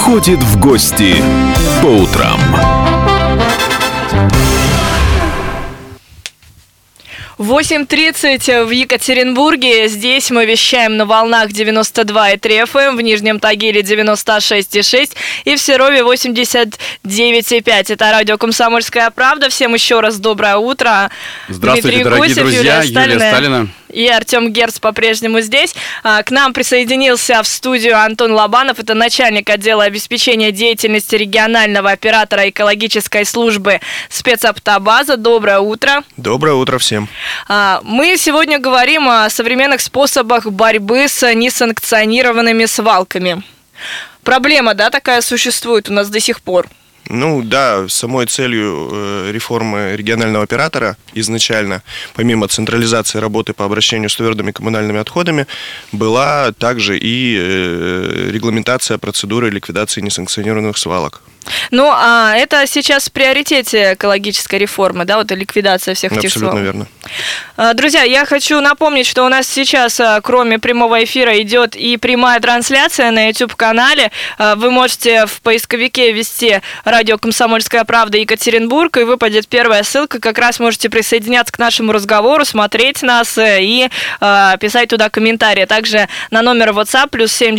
приходит в гости по утрам. В 8:30 в Екатеринбурге. Здесь мы вещаем на волнах 92,3 FM, в Нижнем Тагиле 96,6 и в Серове 89,5. Это радио «Комсомольская правда». Всем еще раз доброе утро. Здравствуйте, Дмитрий дорогие Гусев, друзья, Юлия Сталина. И Артем Герц по-прежнему здесь. К нам присоединился в студию Антон Лобанов. Это начальник отдела обеспечения деятельности регионального оператора экологической службы спецавтобаза. Доброе утро. Доброе утро всем. Мы сегодня говорим о современных способах борьбы с несанкционированными свалками. Проблема, да, такая существует у нас до сих пор? Ну да, самой целью реформы регионального оператора изначально, помимо централизации работы по обращению с твердыми коммунальными отходами, была также и регламентация процедуры ликвидации несанкционированных свалок. Ну, а это сейчас в приоритете экологической реформы, да, вот ликвидация всех этих свалок? Абсолютно верно. Друзья, я хочу напомнить, что у нас сейчас, кроме прямого эфира, идет и прямая трансляция на YouTube-канале. Вы можете в поисковике ввести радио «Комсомольская правда» Екатеринбург, и выпадет первая ссылка. Как раз можете присоединяться к нашему разговору, смотреть нас и писать туда комментарии. Также на номер WhatsApp +7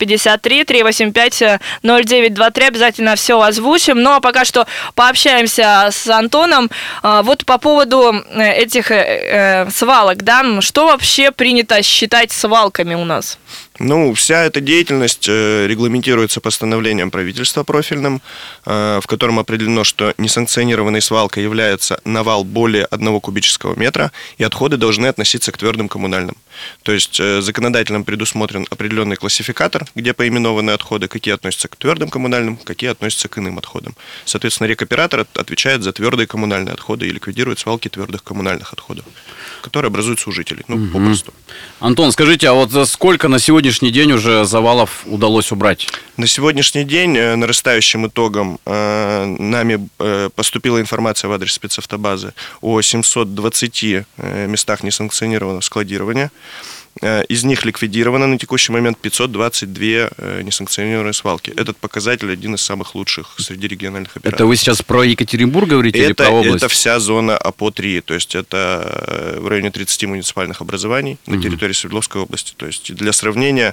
953 385 0923 обязательно все озвучим. Ну, а пока что пообщаемся с Антоном. Вот по поводу этих свалок, да, что вообще принято считать свалками у нас? Ну, вся эта деятельность регламентируется постановлением правительства профильным, в котором определено, что несанкционированной свалкой является навал более 1 кубического метра, и отходы должны относиться к твердым коммунальным. То есть законодательно предусмотрен определенный классификатор, где поименованы отходы, какие относятся к твердым коммунальным, какие относятся к иным отходам. Соответственно, рекоператор отвечает за твердые коммунальные отходы и ликвидирует свалки твердых коммунальных отходов, которые образуются у жителей, попросту. Антон, скажите, а вот за сколько на сегодняшний день уже завалов удалось убрать? На сегодняшний день нарастающим итогом нами поступила информация в адрес спецавтобазы о 720 местах несанкционированного складирования. Из них ликвидировано на текущий момент 522 несанкционированные свалки. Этот показатель один из самых лучших среди региональных операторов. Это вы сейчас про Екатеринбург говорите или про область? Это вся зона АПО-3, то есть это в районе 30 муниципальных образований на территории Свердловской области. То есть для сравнения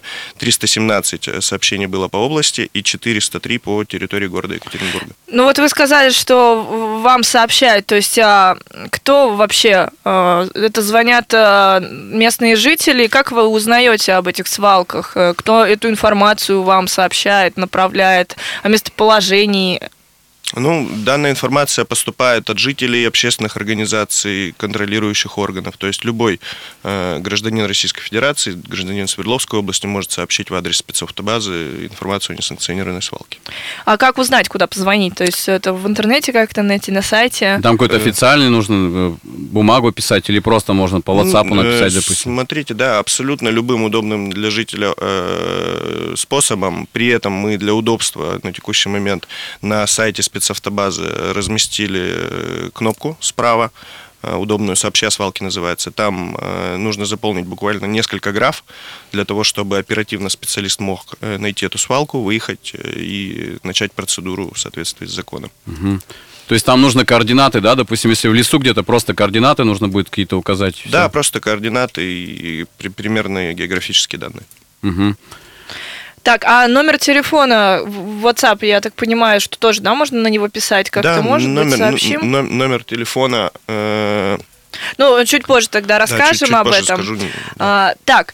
317 сообщений было по области и 403 по территории города Екатеринбурга. Ну вот вы сказали, что вам сообщают, то есть кто вообще? Это звонят местные жители? Как вы узнаете об этих свалках? Кто эту информацию вам сообщает, направляет о местоположении? Ну, данная информация поступает от жителей, общественных организаций, контролирующих органов. То есть любой гражданин Российской Федерации, гражданин Свердловской области может сообщить в адрес спецавтобазы информацию о несанкционированной свалке. А как узнать, куда позвонить? То есть это в интернете как-то найти, на сайте? Там какой-то официальный нужно бумагу писать или просто можно по WhatsApp написать, допустим? Смотрите, да, абсолютно любым удобным для жителя способом. При этом мы для удобства на текущий момент на сайте спецавтобазы разместили кнопку справа, удобную «Сообщи о свалке» называется. Там нужно заполнить буквально несколько граф для того, чтобы оперативно специалист мог найти эту свалку, выехать и начать процедуру в соответствии с законом. Угу. То есть там нужно координаты, да? Допустим, если в лесу где-то просто координаты нужно будет какие-то указать? Да, просто координаты и примерные географические данные. Угу. Так, а номер телефона в WhatsApp, я так понимаю, что тоже, да, можно на него писать как-то, да, может быть, сообщим? Номер телефона... Ну, чуть позже тогда расскажем об этом. Скажу. Так,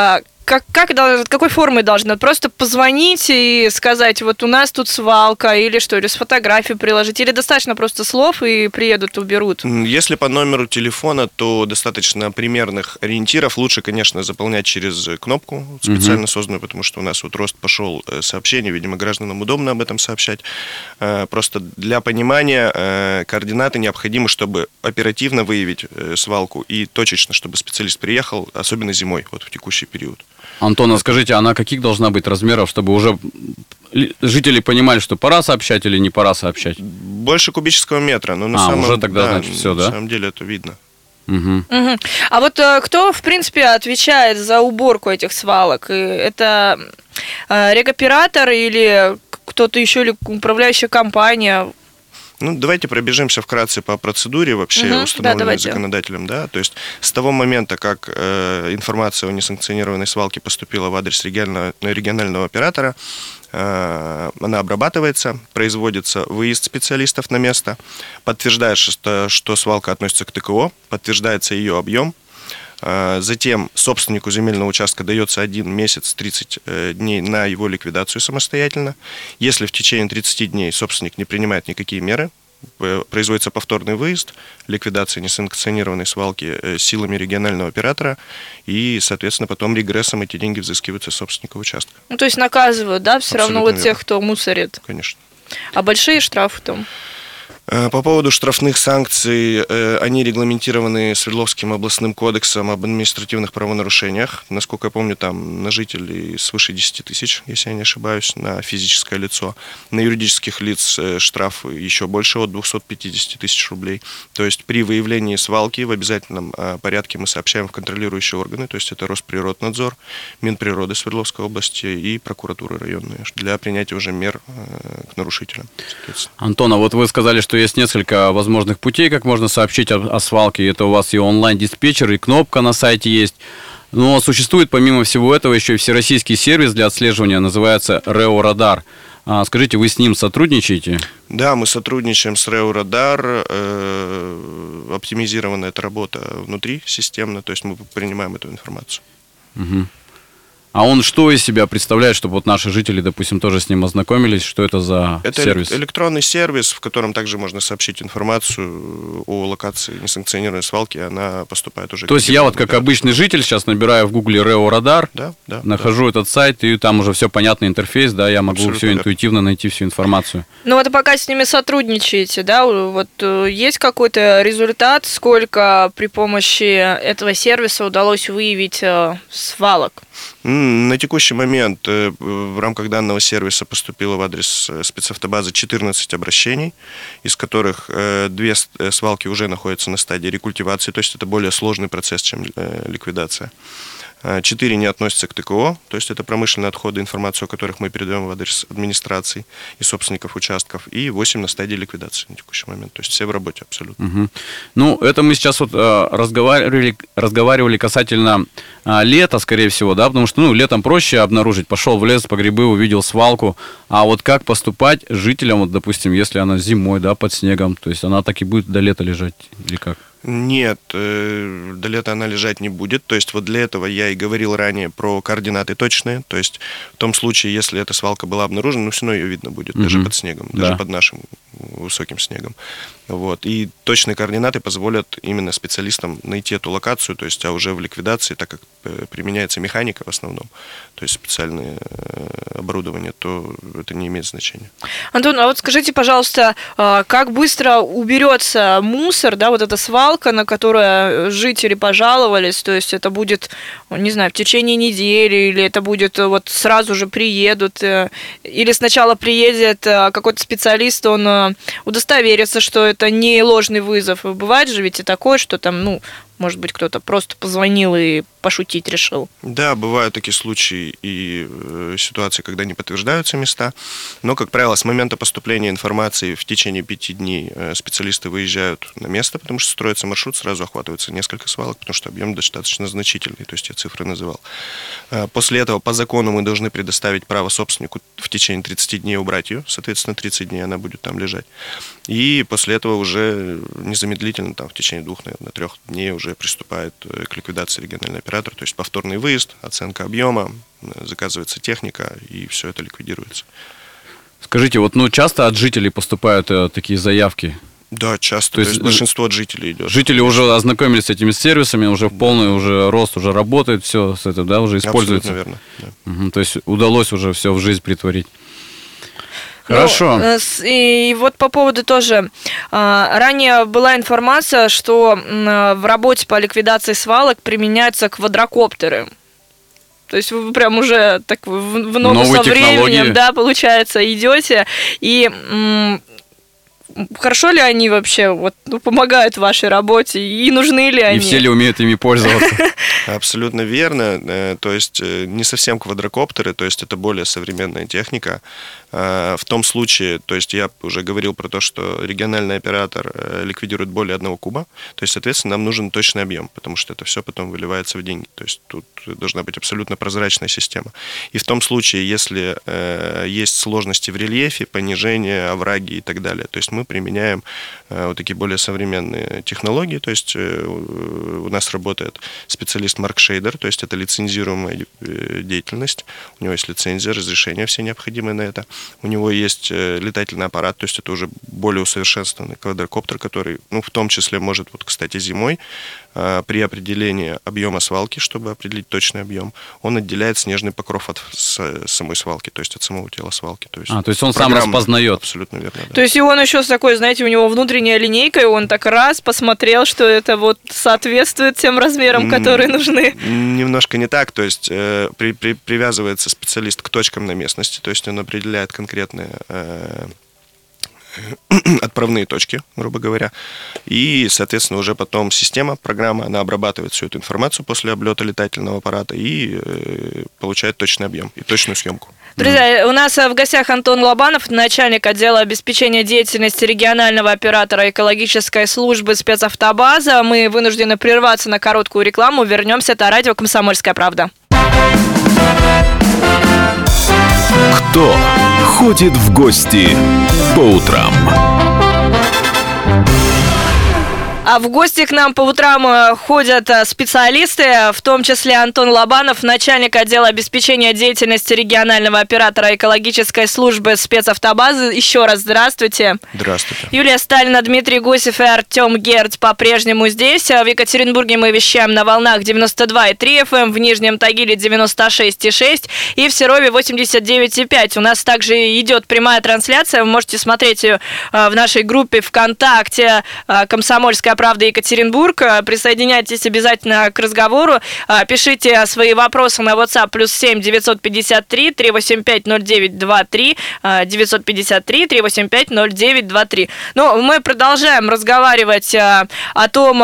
какой формой должны? Просто позвонить и сказать, вот у нас тут свалка, или что, или с фотографией приложить, или достаточно просто слов и приедут, уберут? Если по номеру телефона, то достаточно примерных ориентиров. Лучше, конечно, заполнять через кнопку, специально созданную, потому что у нас вот рост пошел сообщений, видимо, гражданам удобно об этом сообщать. Просто для понимания координаты необходимы, чтобы оперативно выявить свалку и точечно, чтобы специалист приехал, особенно зимой, вот в текущий период. Антон, а скажите, она каких должна быть размеров, чтобы уже жители понимали, что пора сообщать или не пора сообщать? Больше кубического метра. Но уже тогда, значит, все, да? На самом деле это видно. А вот кто, в принципе, отвечает за уборку этих свалок? Это рекоператор или кто-то еще или управляющая компания? Ну, давайте пробежимся вкратце по процедуре вообще, установленной законодателем. Да? То есть с того момента, как информация о несанкционированной свалке поступила в адрес регионального оператора, она обрабатывается, производится выезд специалистов на место, подтверждается, что свалка относится к ТКО, подтверждается ее объем. Затем собственнику земельного участка дается 1 месяц 30 дней на его ликвидацию самостоятельно. Если в течение 30 дней собственник не принимает никакие меры, производится повторный выезд, ликвидация несанкционированной свалки силами регионального оператора, и, соответственно, потом регрессом эти деньги взыскиваются с собственника участка. Ну, то есть наказывают, да, все равно вот верно. тех, кто мусорит? Конечно. А большие штрафы там? По поводу штрафных санкций, они регламентированы Свердловским областным кодексом об административных правонарушениях. Насколько я помню, там на жителей свыше 10 тысяч, если я не ошибаюсь, на физическое лицо. На юридических лиц штраф еще больше, от 250 тысяч рублей. То есть при выявлении свалки в обязательном порядке мы сообщаем в контролирующие органы, то есть это Росприроднадзор, Минприроды Свердловской области и прокуратуры районные, для принятия уже мер к нарушителям. Антон, а вот вы сказали, что есть несколько возможных путей, как можно сообщить о свалке. Это у вас и онлайн-диспетчер, и кнопка на сайте есть. Но существует помимо всего этого еще и всероссийский сервис для отслеживания, называется РЭО Радар. Скажите, вы с ним сотрудничаете? Да, мы сотрудничаем с РЭО Радар. Оптимизирована эта работа внутри системно, то есть мы принимаем эту информацию. Угу. А он что из себя представляет, чтобы вот наши жители, допустим, тоже с ним ознакомились? Что это за сервис? Это электронный сервис, в котором также можно сообщить информацию о локации несанкционированной свалки, она поступает уже... То есть я вот как обычный житель сейчас набираю в гугле РЭО Радар, нахожу этот сайт, и там уже все понятный интерфейс, да, я могу все интуитивно найти всю информацию. Ну вот пока с ними сотрудничаете, да, вот есть какой-то результат, сколько при помощи этого сервиса удалось выявить свалок? На текущий момент в рамках данного сервиса поступило в адрес спецавтобазы 14 обращений, из которых 2 свалки уже находятся на стадии рекультивации, то есть это более сложный процесс, чем ликвидация. 4 не относятся к ТКО, то есть это промышленные отходы, информацию о которых мы передаем в адрес администрации и собственников участков, и 8 на стадии ликвидации на текущий момент, то есть все в работе абсолютно. Угу. Ну, это мы сейчас вот разговаривали касательно лета, скорее всего, да, потому что, летом проще обнаружить, пошел в лес по грибы, увидел свалку, а вот как поступать жителям, вот, допустим, если она зимой, да, под снегом, то есть она так и будет до лета лежать, или как? Нет, до лета она лежать не будет. То есть вот для этого я и говорил ранее про координаты точные. То есть в том случае, если эта свалка была обнаружена, все равно ее видно будет, даже под снегом, даже под нашим высоким снегом. Вот. И точные координаты позволят именно специалистам найти эту локацию, то есть, а уже в ликвидации, так как применяется механика в основном, то есть специальное оборудование, то это не имеет значения. Антон, а вот скажите, пожалуйста, как быстро уберется мусор, да, вот эта свалка, на которую жители пожаловались, то есть это будет, не знаю, в течение недели, или это будет вот сразу же приедут, или сначала приедет какой-то специалист, он удостоверится, что это не ложный вызов. Бывает же ведь и такое, что там, может быть, кто-то просто позвонил и пошутить решил. Да, бывают такие случаи и ситуации, когда не подтверждаются места. Но, как правило, с момента поступления информации в течение 5 дней специалисты выезжают на место, потому что строится маршрут, сразу охватывается несколько свалок, потому что объем достаточно значительный, то есть я цифры называл. После этого по закону мы должны предоставить право собственнику в течение 30 дней убрать ее, соответственно, 30 дней она будет там лежать. И после этого уже незамедлительно, там, в течение 2, наверное, 3 дней уже приступает к ликвидации региональный оператор, то есть повторный выезд, оценка объема, заказывается техника, и все это ликвидируется. Скажите, вот часто от жителей поступают такие заявки? Да, часто. То есть большинство от жителей идет. Жители уже ознакомились с этими сервисами, уже в полный уже рост, уже работает, все с этим, да, уже используется. Абсолютно верно. Да. Угу, то есть удалось уже все в жизнь притворить. Хорошо. И вот по поводу тоже, ранее была информация, что в работе по ликвидации свалок применяются квадрокоптеры. То есть вы прям уже так в ногу со временем, да, получается, идете. И хорошо ли они вообще помогают в вашей работе и нужны ли они? И все ли умеют ими пользоваться? Абсолютно верно. То есть не совсем квадрокоптеры, то есть это более современная техника. В том случае, то есть я уже говорил про то, что региональный оператор ликвидирует более 1 куба, то есть, соответственно, нам нужен точный объем, потому что это все потом выливается в деньги. То есть тут должна быть абсолютно прозрачная система. И в том случае, если есть сложности в рельефе, понижение, овраги и так далее, то есть мы применяем вот такие более современные технологии, то есть у нас работает специалист маркшейдер, то есть это лицензируемая деятельность, у него есть лицензия, разрешения все необходимые на это. У него есть летательный аппарат, то есть это уже более усовершенствованный квадрокоптер, который, в том числе может, кстати, зимой при определении объема свалки, чтобы определить точный объем, он отделяет снежный покров от самой свалки, то есть от самого тела свалки. То есть он сам распознает. Абсолютно верно. Да. То есть и он еще с такой, знаете, у него внутренняя линейка, и он так раз посмотрел, что это соответствует тем размерам, которые нужны. Немножко не так, то есть привязывается специалист к точкам на местности, то есть он определяет конкретные отправные точки, грубо говоря, и, соответственно, уже потом система, программа, она обрабатывает всю эту информацию после облета летательного аппарата и получает точный объем и точную съемку. Друзья, у нас в гостях Антон Лобанов, начальник отдела обеспечения деятельности регионального оператора экологической службы спецавтобаза. Мы вынуждены прерваться на короткую рекламу. Вернемся. Это радио «Комсомольская правда». Кто ходит в гости по утрам? А в гости к нам по утрам ходят специалисты, в том числе Антон Лобанов, начальник отдела обеспечения деятельности регионального оператора экологической службы спецавтобазы. Еще раз здравствуйте. Здравствуйте. Юлия Сталина, Дмитрий Гусев и Артем Гердь по-прежнему здесь. В Екатеринбурге мы вещаем на волнах 92,3 FM, в Нижнем Тагиле 96,6 и в Серове 89,5. У нас также идет прямая трансляция, вы можете смотреть ее в нашей группе ВКонтакте «Комсомольская правда Екатеринбург». Присоединяйтесь обязательно к разговору. Пишите свои вопросы на WhatsApp +7 953 385 0923 953 385 0923. Ну, мы продолжаем разговаривать о том,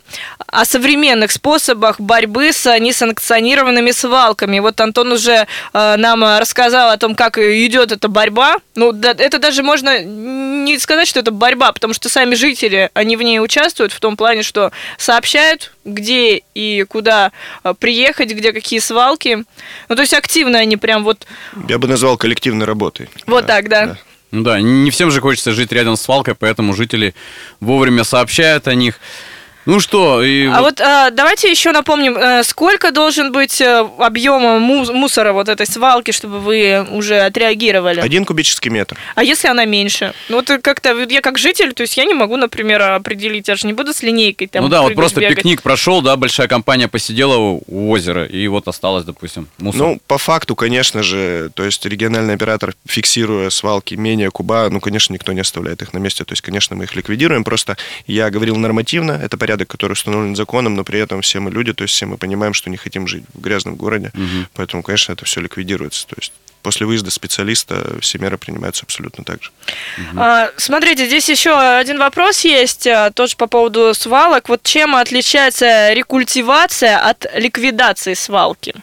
о современных способах борьбы с несанкционированными свалками. Вот Антон уже нам рассказал о том, как идет эта борьба. Ну, это даже можно не сказать, что это борьба, потому что сами жители, они в ней участвуют в том плане, что сообщают, где и куда приехать, где какие свалки. Ну, то есть активно они прям Я бы назвал коллективной работой. Вот да, так, да. Ну да, не всем же хочется жить рядом с свалкой, поэтому жители вовремя сообщают о них. Ну что, давайте еще напомним, сколько должен быть объем мусора этой свалки, чтобы вы уже отреагировали? 1 кубический метр. А если она меньше? Как-то я как житель, то есть я не могу, например, определить, я же не буду с линейкой там. Ну да, просто бегать. Пикник прошел, да, большая компания посидела у озера, и осталось, допустим, мусор. Ну, по факту, конечно же, то есть региональный оператор, фиксируя свалки менее куба, конечно, никто не оставляет их на месте, то есть, конечно, мы их ликвидируем, просто я говорил нормативно, это порядок, который установлен законом, но при этом все мы люди, то есть все мы понимаем, что не хотим жить в грязном городе, поэтому, конечно, это все ликвидируется. То есть после выезда специалиста все меры принимаются абсолютно так же. Смотрите, здесь еще один вопрос есть, тоже по поводу свалок. Чем отличается рекультивация от ликвидации свалки?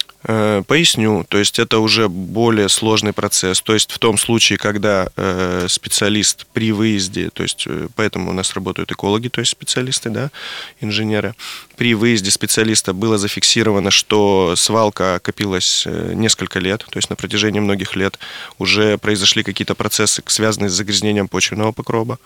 Поясню. То есть это уже более сложный процесс. То есть в том случае, когда специалист при выезде, то есть поэтому у нас работают экологи, то есть специалисты, да, инженеры. При выезде специалиста было зафиксировано, что свалка копилась несколько лет, то есть на протяжении многих лет уже произошли какие-то процессы, связанные с загрязнением почвенного покрова.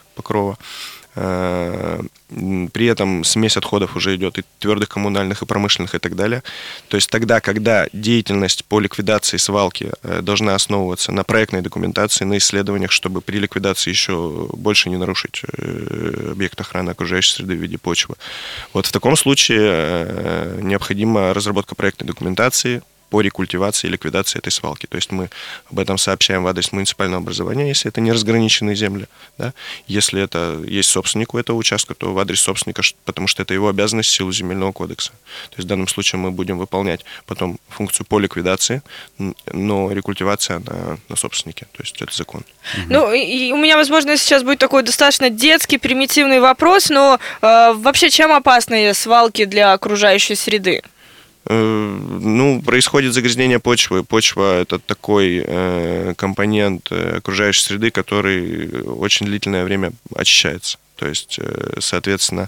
При этом смесь отходов уже идет и твердых, коммунальных, и промышленных, и так далее. То есть тогда, когда деятельность по ликвидации свалки должна основываться на проектной документации, на исследованиях, чтобы при ликвидации еще больше не нарушить объект охраны окружающей среды в виде почвы. В таком случае необходима разработка проектной документации, по рекультивации и ликвидации этой свалки. То есть мы об этом сообщаем в адрес муниципального образования, если это не разграниченные земли. Да? Если это есть собственник у этого участка, то в адрес собственника, потому что это его обязанность в силу Земельного кодекса. То есть в данном случае мы будем выполнять потом функцию по ликвидации, но рекультивация на собственнике. То есть это закон. Ну, и у меня, возможно, сейчас будет такой достаточно детский, примитивный вопрос, но вообще чем опасны свалки для окружающей среды? Ну, происходит загрязнение почвы. Почва – это такой компонент окружающей среды, который очень длительное время очищается. То есть, соответственно,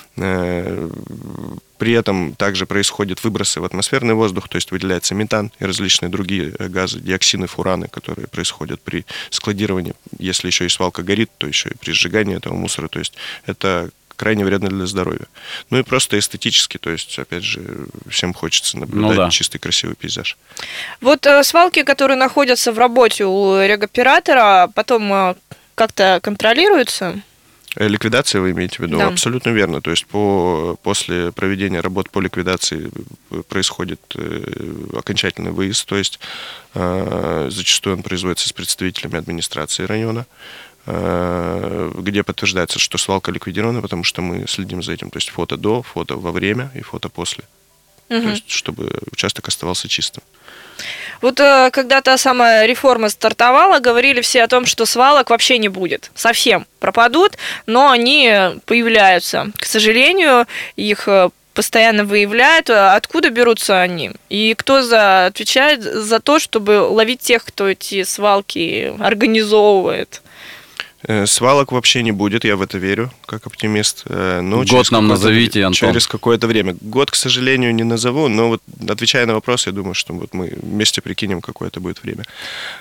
при этом также происходят выбросы в атмосферный воздух, то есть выделяется метан и различные другие газы, диоксины, фураны, которые происходят при складировании. Если еще и свалка горит, то еще и при сжигании этого мусора. То есть это крайне вредно для здоровья. Ну и просто эстетически, то есть, опять же, всем хочется наблюдать чистый, красивый пейзаж. Вот свалки, которые находятся в работе у регоператора, потом как-то контролируются? Ликвидация вы имеете в виду? Да. Абсолютно верно. То есть после проведения работ по ликвидации происходит окончательный выезд, то есть зачастую он производится с представителями администрации района, где подтверждается, что свалка ликвидирована, потому что мы следим за этим. То есть фото до, фото во время и фото после. То есть чтобы участок оставался чистым. Вот когда та самая реформа стартовала, говорили все о том, что свалок вообще не будет. Совсем пропадут, но они появляются. К сожалению, их постоянно выявляют. Откуда берутся они? И кто отвечает за то, чтобы ловить тех, кто эти свалки организовывает? Свалок вообще не будет, я в это верю, как оптимист. Но год нам назовите, Антон. Через какое-то время. Год, к сожалению, не назову, но вот отвечая на вопрос, я думаю, что вот мы вместе прикинем, какое это будет время.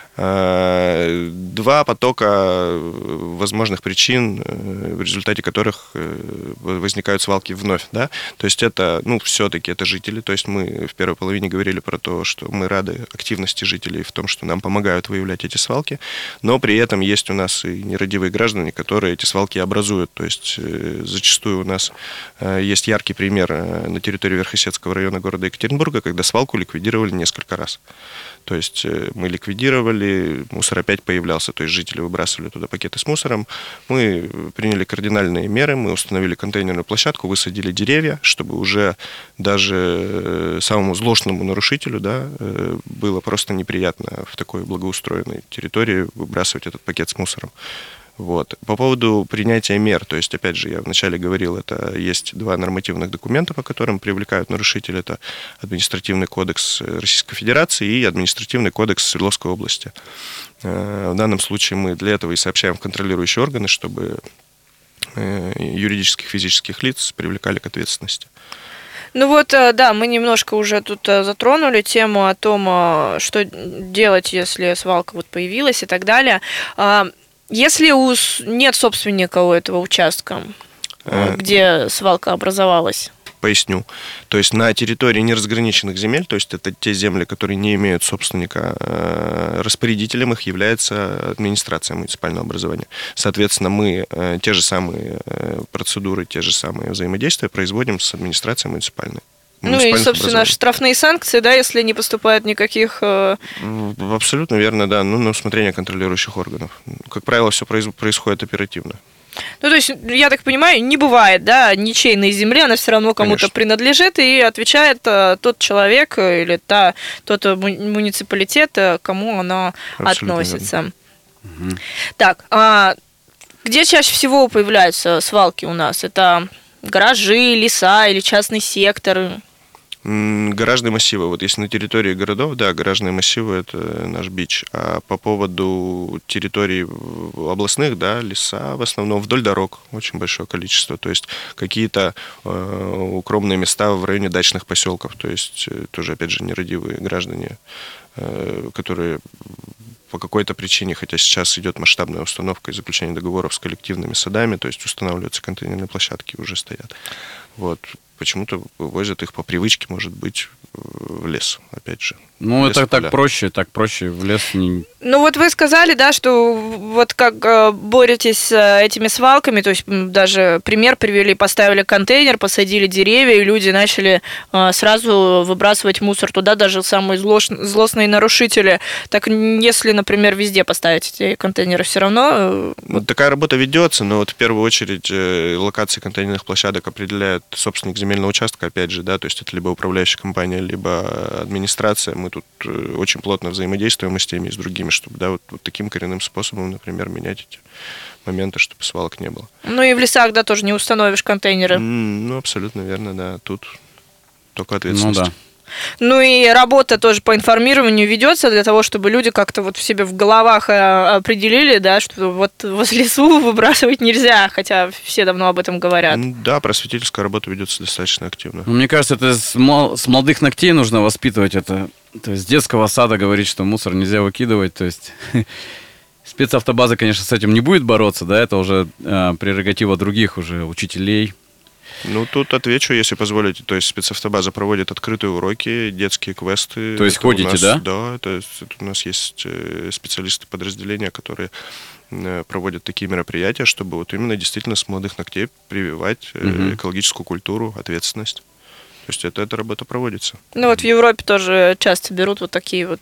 Два потока возможных причин, в результате которых возникают свалки вновь. Да? То есть это, все-таки это жители. То есть мы в первой половине говорили про то, что мы рады активности жителей в том, что нам помогают выявлять эти свалки, но при этом есть у нас и нерадивые граждане, которые эти свалки образуют. То есть зачастую у нас есть яркий пример на территории Верхосецкого района города Екатеринбурга, когда свалку ликвидировали несколько раз. То есть мы ликвидировали, мусор опять появлялся, то есть жители выбрасывали туда пакеты с мусором. Мы приняли кардинальные меры, мы установили контейнерную площадку, высадили деревья, чтобы уже даже самому злостному нарушителю, да, было просто неприятно в такой благоустроенной территории выбрасывать этот пакет с мусором. Вот. По поводу принятия мер, то есть, опять же, я вначале говорил, это есть два нормативных документа, по которым привлекают нарушителей. Это административный кодекс Российской Федерации и административный кодекс Свердловской области. В данном случае мы для этого и сообщаем в контролирующие органы, чтобы юридических, физических лиц привлекали к ответственности. Ну вот, да, мы немножко уже тут затронули тему о том, что делать, если свалка вот появилась и так далее. Если нет собственника у этого участка, где свалка образовалась? Поясню. То есть на территории неразграниченных земель, то есть это те земли, которые не имеют собственника, распорядителем их является администрация муниципального образования. Соответственно, мы те же самые процедуры, те же самые взаимодействия производим с администрацией муниципальной. Ну и, собственно, штрафные санкции, да, если не поступает никаких... Абсолютно верно, да. На усмотрение контролирующих органов. Как правило, все происходит оперативно. Ну, то есть, я так понимаю, не бывает, да, ничейной земли, она все равно кому-то Конечно. принадлежит, и отвечает тот человек или тот муниципалитет, к кому она Абсолютно относится. Так, где чаще всего появляются свалки у нас? Это гаражи, леса или частный сектор? Гаражные массивы. Вот если на территории городов, да, гаражные массивы – это наш бич. А по поводу территорий областных, да, леса в основном вдоль дорог очень большое количество. То есть какие-то укромные места в районе дачных поселков. То есть тоже, опять же, нерадивые граждане, которые по какой-то причине, хотя сейчас идет масштабная установка и заключение договоров с коллективными садами, то есть устанавливаются контейнерные площадки, уже стоят. Вот. Почему-то вывозят их по привычке, может быть, в лес, опять же. Ну, это так проще в лес Ну вот вы сказали, да, что вот как боретесь с этими свалками, то есть даже пример привели, поставили контейнер, посадили деревья, и люди начали сразу выбрасывать мусор туда, даже самые злостные нарушители. Так если, например, везде поставить эти контейнеры, все равно... Вот такая работа ведется, но вот в первую очередь локации контейнерных площадок определяет собственник земельного участка, опять же, да, то есть это либо управляющая компания, либо администрация. Мы тут очень плотно взаимодействуем и с теми, и с другими, чтобы, да, вот таким коренным способом, например, менять эти моменты, чтобы свалок не было. Ну и в лесах, да, тоже не установишь контейнеры. Ну, абсолютно верно, да. Тут только ответственность. Ну да. Ну и работа тоже по информированию ведется для того, чтобы люди как-то вот в себе в головах определили, да, что вот в лесу выбрасывать нельзя, хотя все давно об этом говорят. Да, просветительская работа ведется достаточно активно. Мне кажется, это с молодых ногтей нужно воспитывать это. То есть с детского сада говорить, что мусор нельзя выкидывать. То есть спецавтобаза, конечно, с этим не будет бороться, да, это уже прерогатива других уже учителей. Ну, тут отвечу, если позволите. То есть спецавтобаза проводит открытые уроки, детские квесты. То есть это ходите, нас, да? Да, то есть это у нас есть специалисты подразделения, которые проводят такие мероприятия, чтобы вот именно действительно с молодых ногтей прививать экологическую культуру, ответственность. То есть эта работа проводится. Ну вот в Европе тоже часто берут вот такие вот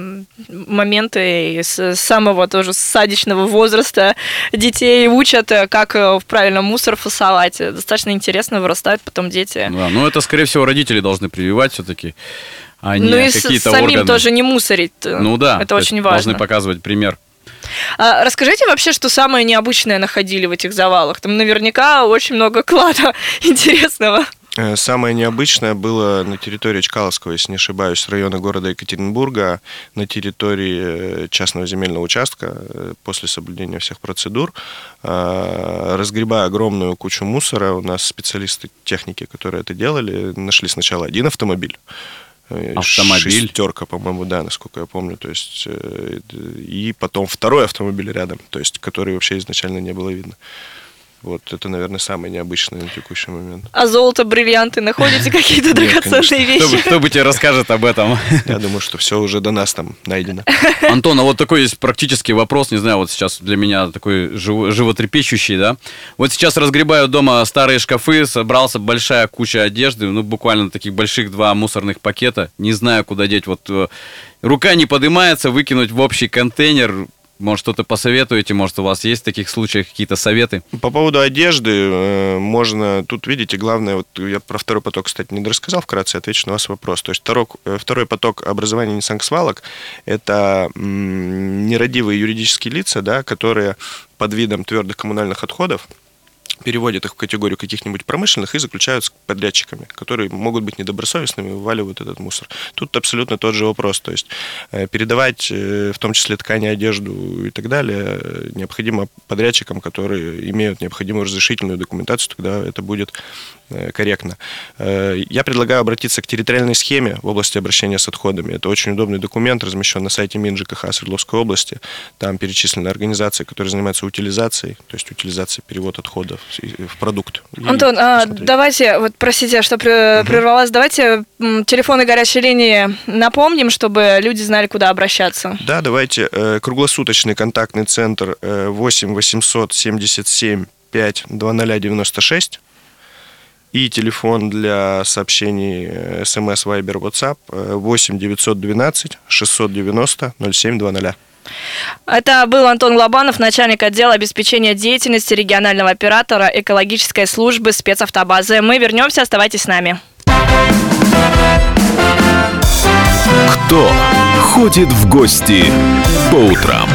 моменты и с самого тоже садичного возраста детей учат, как правильно мусор фасовать. Достаточно интересно, вырастают потом дети. Да, ну это, скорее всего, родители должны прививать все-таки, а не ну и какие-то самим органы. тоже не мусорить. Ну да, это очень важно. Должны показывать пример. Расскажите вообще, что самое необычное находили в этих завалах? Там наверняка очень много клада интересного. Самое необычное было на территории Чкаловского, если не ошибаюсь, района города Екатеринбурга, на территории частного земельного участка, после соблюдения всех процедур, разгребая огромную кучу мусора, у нас специалисты техники, которые это делали, нашли сначала один автомобиль. Шестерка, по-моему, да, насколько я помню. То есть, и потом второй автомобиль рядом, то есть, который вообще изначально не было видно. Вот это, наверное, самое необычное на текущий момент. А золото, бриллианты находите какие-то драгоценные вещи? Кто бы тебе расскажет об этом? Я думаю, что все уже до нас там найдено. Антон, а вот такой есть практический вопрос, не знаю, вот сейчас для меня такой животрепещущий, да? Вот сейчас разгребаю дома старые шкафы, собрался большая куча одежды, ну, буквально таких больших 2 мусорных пакета, не знаю, куда деть, вот рука не поднимается, выкинуть в общий контейнер. Может, что-то посоветуете? Может, у вас есть в таких случаях какие-то советы? По поводу одежды, можно... Тут, видите, главное, вот я про второй поток, кстати, не дорассказал, вкратце отвечу на ваш вопрос. То есть второй поток образования несанксвалок – это нерадивые юридические лица, да, которые под видом твердых коммунальных отходов переводят их в категорию каких-нибудь промышленных и заключают с подрядчиками, которые могут быть недобросовестными и вываливают этот мусор. Тут абсолютно тот же вопрос. То есть передавать, в том числе ткани, одежду и так далее, необходимо подрядчикам, которые имеют необходимую разрешительную документацию, тогда это будет корректно. Я предлагаю обратиться к территориальной схеме в области обращения с отходами. Это очень удобный документ, размещен на сайте МинЖКХ Свердловской области. Там перечислены организации, которые занимаются утилизацией, то есть утилизацией, перевод отходов в продукт. Антон, давайте, вот простите, что прервалась, давайте телефоны горячей линии напомним, чтобы люди знали, куда обращаться. Да, давайте. Круглосуточный контактный центр 8 877 5 0096. И телефон для сообщений СМС, Вайбер, WhatsApp 8 912 690 0720. Это был Антон Лобанов, начальник отдела обеспечения деятельности регионального оператора экологической службы спецавтобазы. Мы вернемся, оставайтесь с нами. Кто ходит в гости по утрам?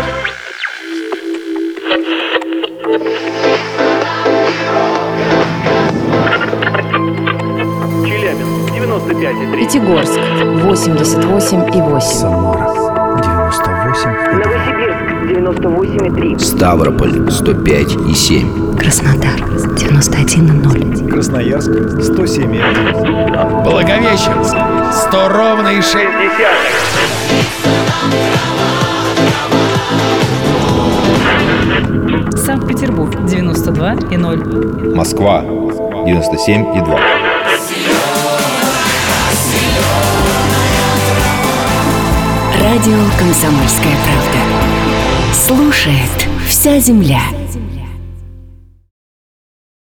Челябинск 95,3. Пятигорск 88,8. Самара 98,2. Новосибирск 98,3. Ставрополь 105,7. Краснодар 91,0. Красноярск 107,1. Благовещенск 100 ровно и 6 десятых. Санкт-Петербург 92,0. Москва 97,2. Радио Радио «Комсомольская правда». Слушает вся земля.